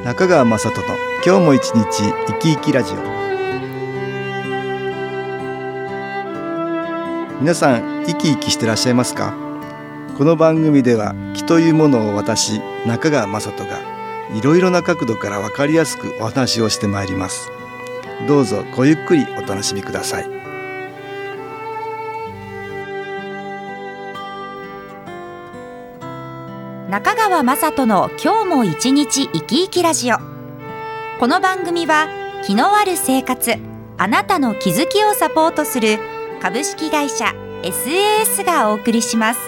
中川雅人の今日も一日生き生きラジオ。皆さん生き生きしてらっしゃいますか？この番組では気というものを私中川雅人がいろいろな角度から分かりやすくお話をしてまいります。どうぞごゆっくりお楽しみください。 中川雅人の今日も一日生き生きラジオ。この番組は気のある生活、あなたの気づきをサポートする株式会社 SAS がお送りします。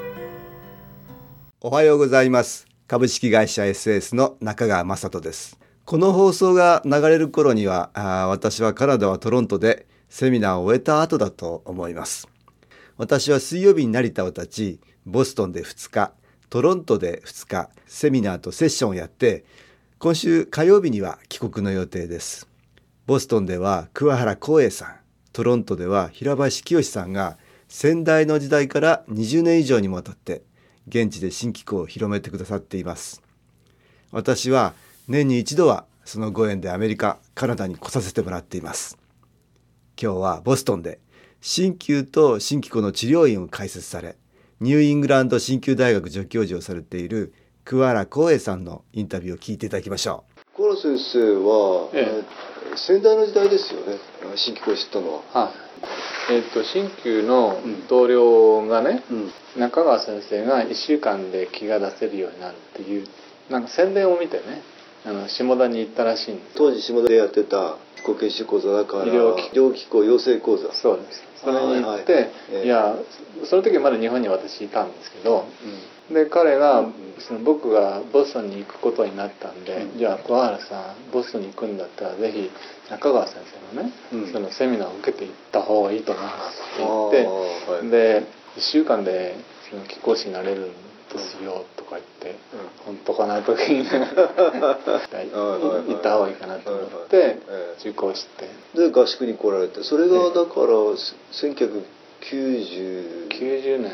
おはようございます。株式会社 SAS の中川雅人です。この放送が流れる頃には私はカナダはトロントでセミナーを終えた後だと思います。私は水曜日に成田を立ち、ボストンで2日、トロントで2日セミナーとセッションをやって、今週火曜日には帰国の予定です。ボストンでは桑原光栄さん、トロントでは平橋清さんが先代の時代から20年以上にもわたって現地で新機構を広めてくださっています。私は年に一度はそのご縁でアメリカ、カナダに来させてもらっています。今日はボストンで鍼灸と新機構の治療院を開設され、ニューイングランド鍼灸大学助教授をされている桑原光栄さんのインタビューを聞いていただきましょう。 桑原先生は、先代の時代ですよね、鍼灸を知ったのは。 鍼灸の同僚がね、中川先生が1週間で気が出せるようになるっていうなんか宣伝を見てね、下田に行ったらしいんです。 当時下田でやってた自己研修講座だから医療機構養成講座。 そうです。それに行って、いやその時まだ日本に私いたんですけど、で彼が、僕がボストンに行くことになったんで、じゃあ桑原さんボストンに行くんだったらぜひ中川先生のね、そのセミナーを受けていった方がいいと思いますって言って、で1週間でその貴公子になれるんですよとか言って、本当かなときにね行った方がいいかなと思って受講して、 で合宿に来られて、それがだから1990 年の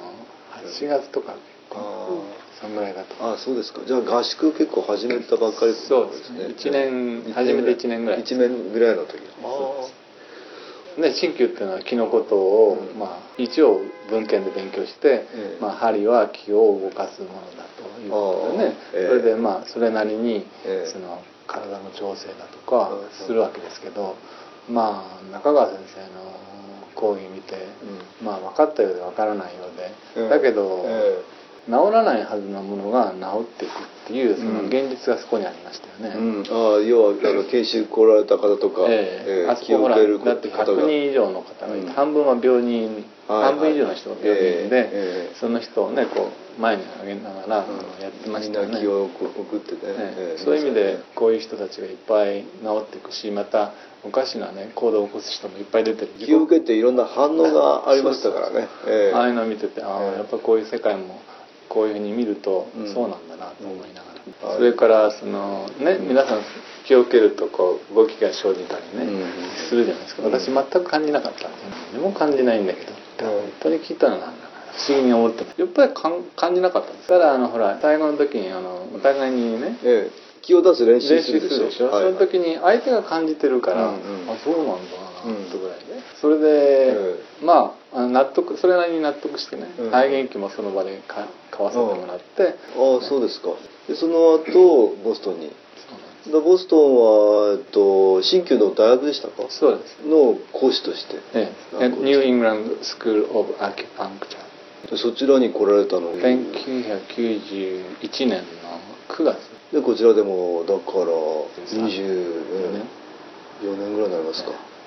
8月とかそんぐらいだと。 そうですか。じゃあ合宿結構始めたばっかりですね。 そうですね。始めて1年ぐらい。 1年ぐらいの時。 で鍼灸っていうのは気のことを、一応文献で勉強して、針は気を動かすものだということでね、それでそれなりに、その体の調整だとかするわけですけど、中川先生の講義見て、分かったようで分からないようで、だけど、治らないはずのものが治っていくっていうその現実がそこにありましたよね。 要は研修来られた方とか、 あそこほらだって100人以上の方がいて、半分は病人、半分以上の人が病人で、その人をねこう前に上げながらやってましたよね。 みんな気を送ってね。 そういう意味でこういう人たちがいっぱい治っていくし、またおかしなね行動を起こす人もいっぱい出てる。 気を受けていろんな反応がありましたからね。 ああいうのを見てて、やっぱこういう世界もこういうふうに見るとそうなんだなと思いながら、それからそのね、皆さん気を受けるとこう動きが生じたりね、するじゃないですか。私全く感じなかったんで、何も感じないんだけど、本当に聞いたらなんだな不思議に思って、やっぱり感じなかったんです。ただほら最後の時にお互いにね、 気を出す練習するでしょ。 その時に相手が感じてるから、そうなんだなとぐらいで、それでそれなりに納得してね、肺元気もその場で買わせてもらって。 そうですか。でその後ボストンに。ボストンは鍼灸の大学でしたか？ そうです。 の講師として。 ニューイングランドスクールオブアキュパンクチャー。 そちらに来られたの 1991年の9月で、こちらでもだから24年ぐらいになりますか。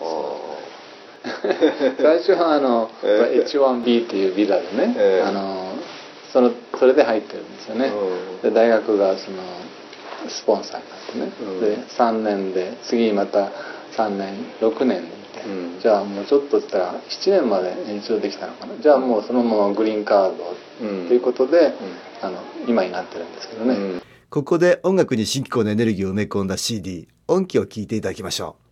最初はH1B っていうビザでね、それで入ってるんですよね。で大学がそのスポンサーになってね、で3年で次また3年6年で見て、じゃあもうちょっとったら7年まで延長できたのかな、じゃあもうそのままグリーンカードということで、今になってるんですけどね。 ここで音楽に新機構のエネルギーを埋め込んだ CD 音気を聴いていただきましょう。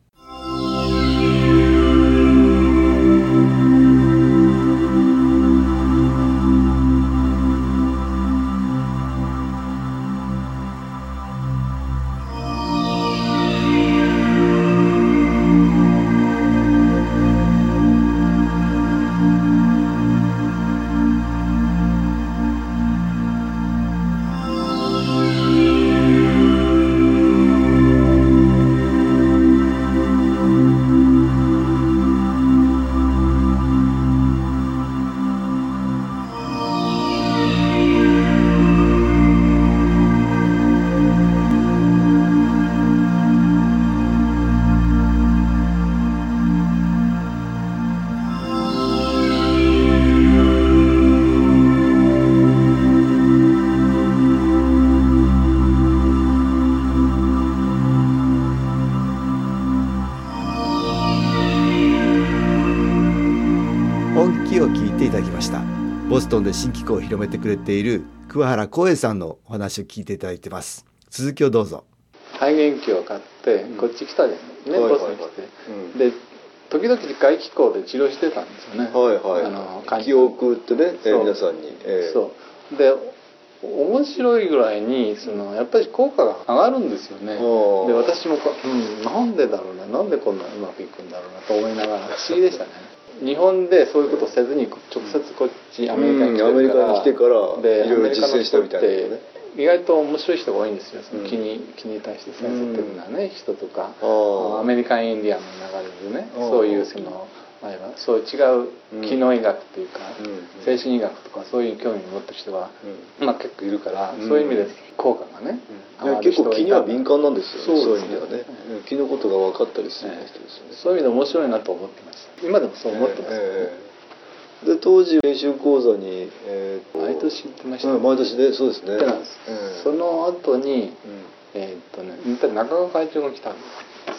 ただきました。ボストンで新機構を広めてくれている桑原光栄さんのお話を聞いていただいてます。続きをどうぞ。 肺元気を買ってこっち来たじゃんね、ボストンに来て、で時々外気口で治療してたんですよね。 気を送ってね、皆さんに、 そうで面白いぐらいにやっぱり効果が上がるんですよね。で私もなんでだろうな、なんでこんなうまくいくんだろうなと思いながら不思議でしたね。日本でそういうことをせずに直接こっちアメリカに来てからでいろいろ実践したみたいなね。 意外と面白い人が多いんですよ。気に対してセンシティブなね人とか、アメリカンインディアンの流れでね、そういうそういう違う機能医学というか、精神医学とかそういう興味を持ってる人が、結構いるから、そういう意味で効果がね、 結構気には敏感なんですよね。そういう意味ではね、気のことが分かったりする人ですよね。 そういう意味で面白いなと思ってました。今でもそう思ってますけどね。 で当時練習講座に、 毎年行ってましたね。 毎年ね、そうですね。 その後に中川会長が来たんです。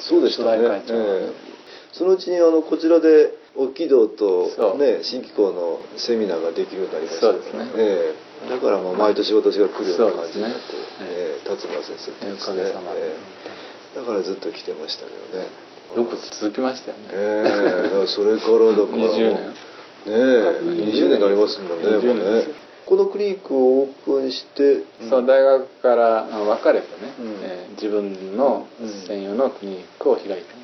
そうでしたね。そのうちにこちらでオキドとね新機構のセミナーができるようになりました。 そうですね。 だから毎年私が来るような感じになって、辰村先生ってですね。だからずっと来てましたけどね。 よく続きましたよね。 それからだから 20年。 20年になりますもんね。このクリニックをオープンして、 大学から別れてね、自分の専用のクリニックを開いたんです。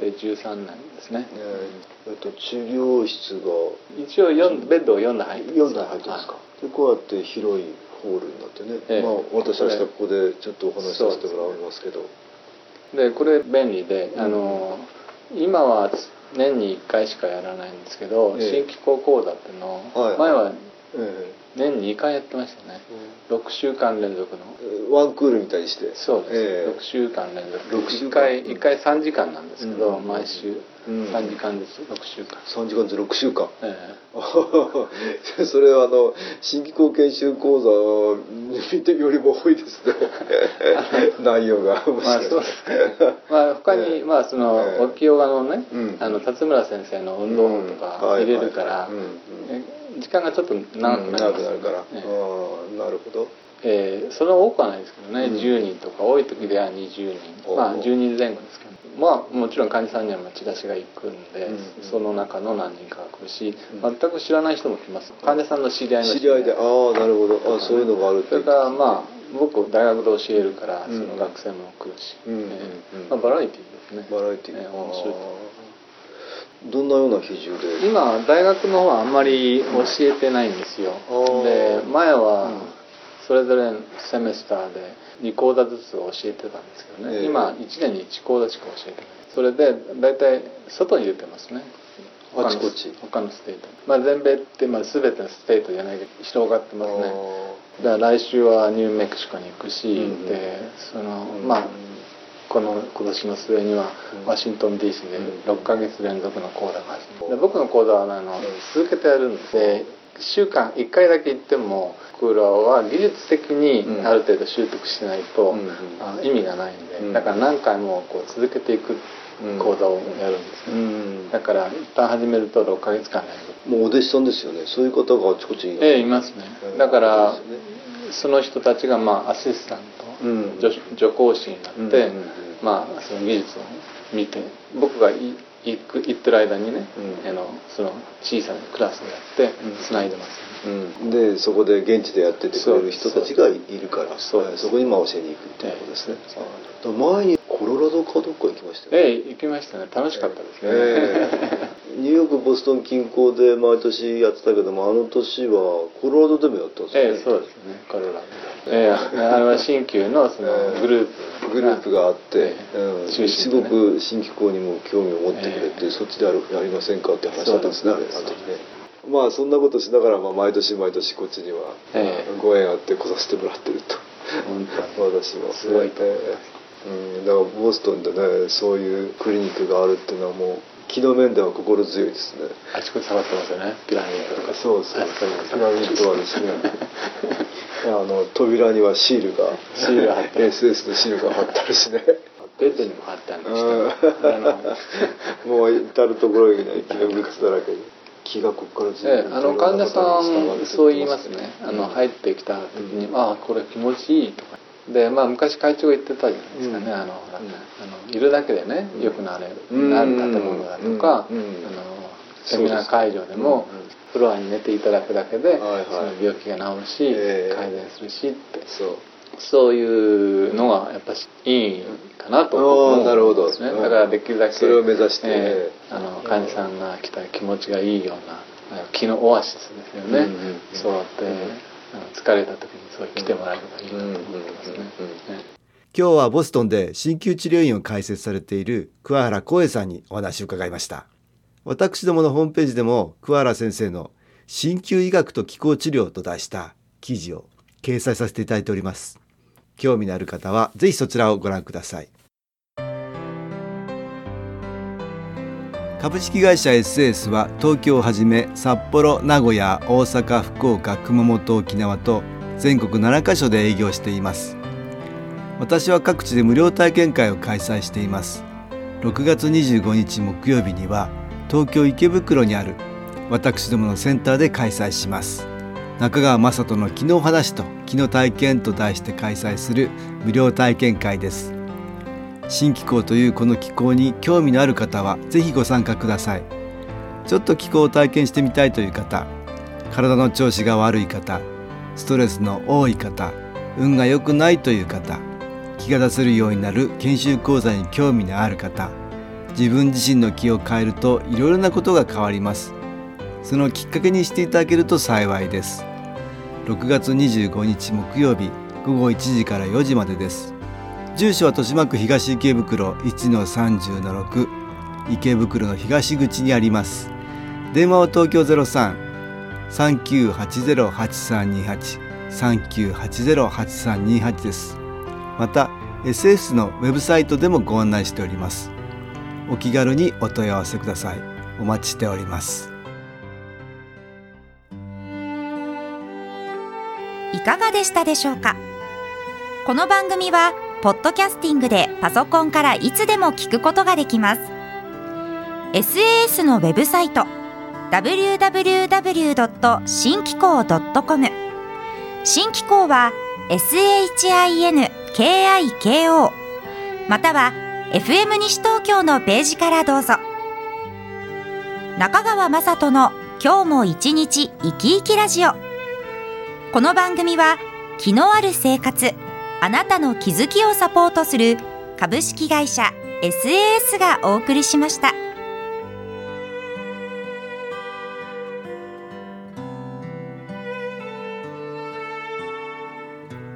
で13年ですね。 治療室が一応ベッドを4台入ってます。 4台入ってますか。でこうやって広いホールになってね、私は明日ここでちょっとお話しさせてもらいますけど、 でこれ便利で、今は年に1回しかやらないんですけど、新機構講座っていうのを前は年に2回やってましたね。6週間連続のワンクールみたいにして。 そうです、6週間連続1回3時間なんですけど、毎週3時間ずつ6週間 3時間ずつ6週間それは新機構研修講座を見てよりも多いですね内容が。 そうですね。他に沖ヨガのね、辰村先生の運動とか入れるから時間がちょっと長くなるから。 なるほど。 それは多くはないですけどね、10人とか多い時では20人、10人前後ですけど、もちろん患者さんにはチラシが行くんで、その中の何人かが来るし、全く知らない人も来ます。患者さんの知り合いの知り合いで、なるほど、そういうのがあるって。 それから僕大学で教えるからその学生も来るし、バラエティーですね。 バラエティー、 面白い。 どんなような比重で？ 今大学の方はあんまり教えてないんですよ。で前はそれぞれセメスターで2講座ずつ教えてたんですけどね、今1年に1講座しか教えてない。それで大体外に出てますね。 あちこち他のステート、全米って全てのステートじゃないけど広がってますね。だから来週はニューメキシコに行くし、で今年の末にはワシントン DC で6ヶ月連続の講座が始まる。僕の講座は続けてやるんで、1週間1回だけ行っても僕らは技術的にある程度習得しないと意味がないんで、だから何回も続けていく講座をやるんですね。だから一旦始めると6ヶ月間やる。 もうお弟子さんですよね。そういう方があちこちにいますね。だからその人たちがアシスタント、助講師になって、その技術を見て、僕が行ってる間にね、その小さなクラスをやってつないでます、 でそこで現地でやっててくれる人たちがいるから、そこに教えに行くっていうことですね。前にコロラドかどっか行きましたよね。 行きましたね。楽しかったですね。 ニューヨークボストン近郊で毎年やってたけども、あの年はコロラドでもやったんですよね。 そうですね、コロラド。あれは新旧のそのグループがあって、すごく新機構にも興味を持ってくれて、そっちでやりませんかって話だったんですね、あの時ね。そんなことしながら毎年こっちにはご縁あって来させてもらってると。私もすごいと思います。 だからボストンでね、そういうクリニックがあるっていうのはもう気の面では心強いですね。 あちこち触ってますよね、ピラミッドとか。 そうですね、ピラミッドはですね扉にはシールが貼って SS のシールが貼ってあるしね。 ベッドにも貼ってあるんですけど、 もう至る所にね、記念グッズだらけで。 気がここからずっと患者さんそう言いますね。入ってきた時に、これ気持ちいいとかで、昔会長が言ってたじゃないですかね。いるだけでね良くなる建物だとか、セミナー会場でもフロアに寝ていただくだけでその病気が治るし、改善するしって、そういうのがやっぱりいいかなと思うんですね。だからできるだけそれを目指して、 患者さんが来たら気持ちがいいような気のオアシスですよね。そうやって疲れた時にそう来てもらえればいいかと思ってますね。 今日はボストンで鍼灸治療院を開設されている桑原光栄さんにお話を伺いました。私どものホームページでも桑原先生の鍼灸医学と気候治療と題した記事を掲載させていただいております。興味のある方はぜひそちらをご覧ください。株式会社 SS は東京をはじめ札幌、名古屋、大阪、福岡、熊本、沖縄と全国7カ所で営業しています。私は各地で無料体験会を開催しています。6月25日木曜日には東京池袋にある私どものセンターで開催します。中川雅人の気の話と気の体験と題して開催する無料体験会です。新気候というこの気候に興味のある方はぜひご参加ください。ちょっと気候を体験してみたいという方、体の調子が悪い方、ストレスの多い方、運が良くないという方、気が出せるようになる研修講座に興味のある方、自分自身の気を変えるといろいろなことが変わります。そのきっかけにしていただけると幸いです。6月25日木曜日午後1時から4時までです。住所は豊島区東池袋 1-30-6 池袋の東口にあります。電話は東京 03-3980-8328 3980-8328 です。また SS のウェブサイトでもご案内しております。お気軽にお問い合わせください。お待ちしております。 いかがでしたでしょうか。この番組はポッドキャスティングでパソコンからいつでも聞くことができます。 SAS のウェブサイト www.新気候 .com 新気候は SHINKIKO または FM 西東京のページからどうぞ。中川雅人の今日も一日生き生きラジオ。この番組は気のある生活、あなたの気づきをサポートする株式会社 SAS がお送りしました。